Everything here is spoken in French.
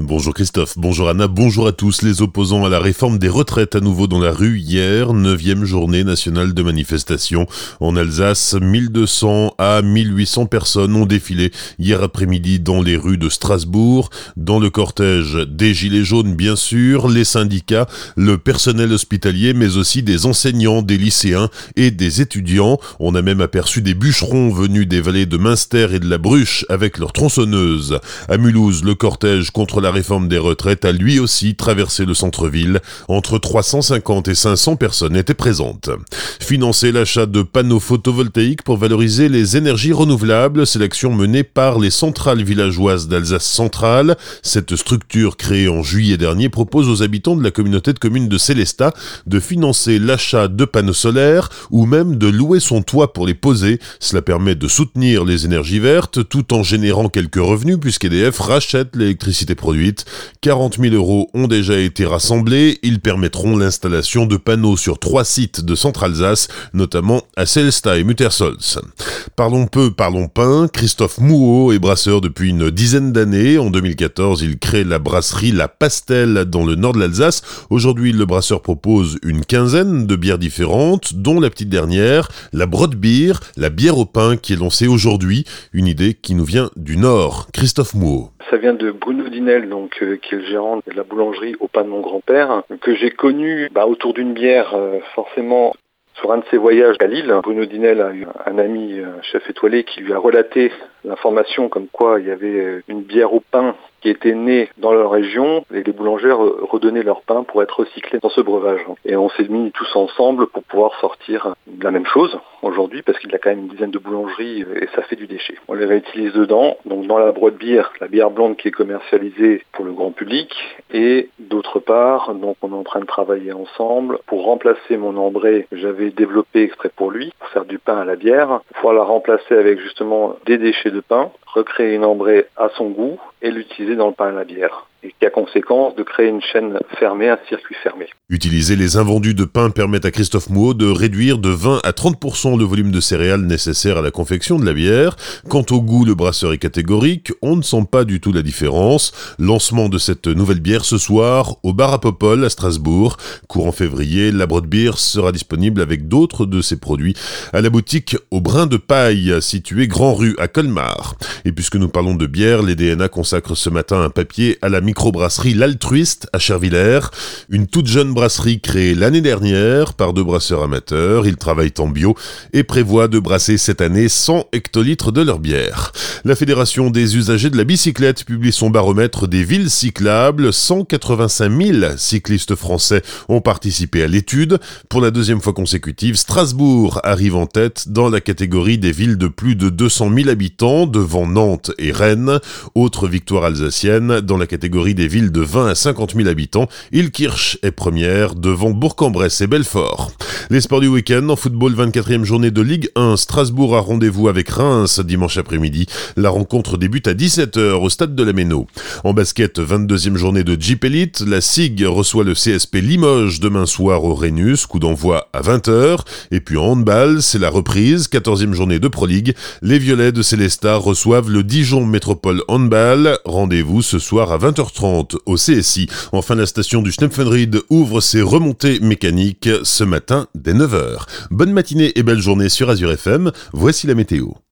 Bonjour Christophe, bonjour Anna, bonjour à tous. Les opposants à la réforme des retraites à nouveau dans la rue hier, 9e journée nationale de manifestation. En Alsace, 1200 à 1800 personnes ont défilé hier après-midi dans les rues de Strasbourg. Dans le cortège, des gilets jaunes bien sûr, les syndicats, le personnel hospitalier, mais aussi des enseignants, des lycéens et des étudiants. On a même aperçu des bûcherons venus des vallées de Münster et de la Bruche avec leurs tronçonneuses. À Mulhouse, le cortège contre la réforme des retraites a lui aussi traversé le centre-ville. Entre 350 et 500 personnes étaient présentes. Financer l'achat de panneaux photovoltaïques pour valoriser les énergies renouvelables, c'est l'action menée par les centrales villageoises d'Alsace centrale. Cette structure créée en juillet dernier propose aux habitants de la communauté de communes de Sélestat de financer l'achat de panneaux solaires ou même de louer son toit pour les poser. Cela permet de soutenir les énergies vertes tout en générant quelques revenus puisqu'EDF rachète l'électricité produite. 40 000 € ont déjà été rassemblés. Ils permettront l'installation de panneaux sur 3 sites de Centre-Alsace, notamment à Sélestat et Muttersolz. Parlons peu, parlons pain. Christophe Mouot est brasseur depuis une dizaine d'années. En 2014, il crée la brasserie La Pastel dans le nord de l'Alsace. Aujourd'hui, le brasseur propose une quinzaine de bières différentes, dont la petite dernière, la Brotbier, la bière au pain qui est lancée aujourd'hui. Une idée qui nous vient du nord. Christophe Mouot. Ça vient de Bruno Dinel, qui est le gérant de la boulangerie au pain de mon grand-père, que j'ai connu autour d'une bière, forcément sur un de ses voyages à Lille. Bruno Dinel a eu un ami, un chef étoilé, qui lui a relaté l'information comme quoi il y avait une bière au pain qui était née dans leur région et les boulangers redonnaient leur pain pour être recyclés dans ce breuvage. Et on s'est mis tous ensemble pour pouvoir sortir de la même chose aujourd'hui parce qu'il y a quand même une dizaine de boulangeries et ça fait du déchet. On les réutilise dedans, donc dans la Brotbier, la bière blonde qui est commercialisée pour le grand public et d'autre part, donc on est en train de travailler ensemble pour remplacer mon ambré que j'avais développé exprès pour lui, pour faire du pain à la bière, pour pouvoir la remplacer avec justement des déchets de pain, recréer une ambrée à son goût et l'utiliser dans le pain à la bière. Et qui a conséquence de créer une chaîne fermée, un circuit fermé. Utiliser les invendus de pain permet à Christophe Mouot de réduire de 20 à 30% le volume de céréales nécessaire à la confection de la bière. Quant au goût, le brasseur est catégorique, on ne sent pas du tout la différence. Lancement de cette nouvelle bière ce soir au bar à Popol à Strasbourg. Courant février, la Brotbier sera disponible avec d'autres de ses produits à la boutique au Brin de Paille, située Grand Rue à Colmar. Et puisque nous parlons de bière, les DNA consacrent ce matin un papier à la microbrasserie L'Altruiste à Chervillers, une toute jeune brasserie créée l'année dernière par 2 brasseurs amateurs. Ils travaillent en bio et prévoient de brasser cette année 100 hectolitres de leur bière. La Fédération des usagers de la bicyclette publie son baromètre des villes cyclables. 185 000 cyclistes français ont participé à l'étude. Pour la 2e fois consécutive, Strasbourg arrive en tête dans la catégorie des villes de plus de 200 000 habitants, devant Nantes et Rennes. Autre victoire alsacienne dans la catégorie des villes de 20 à 50 000 habitants, Illkirch est première devant Bourg-en-Bresse et Belfort. Les sports du week-end, en football, 24e journée de Ligue 1, Strasbourg a rendez-vous avec Reims dimanche après-midi. La rencontre débute à 17h au stade de la Méno. En basket, 22e journée de Jeep Elite, la SIG reçoit le CSP Limoges demain soir au Rhenus, coup d'envoi à 20h. Et puis en handball, c'est la reprise, 14e journée de Pro League. Les Violets de Sélestat reçoivent le Dijon Métropole Handball. Rendez-vous ce soir à 20h30 au CSI. Enfin, la station du Schnepfenried ouvre ses remontées mécaniques ce matin dès 9h. Bonne matinée et belle journée sur Azure FM. Voici la météo.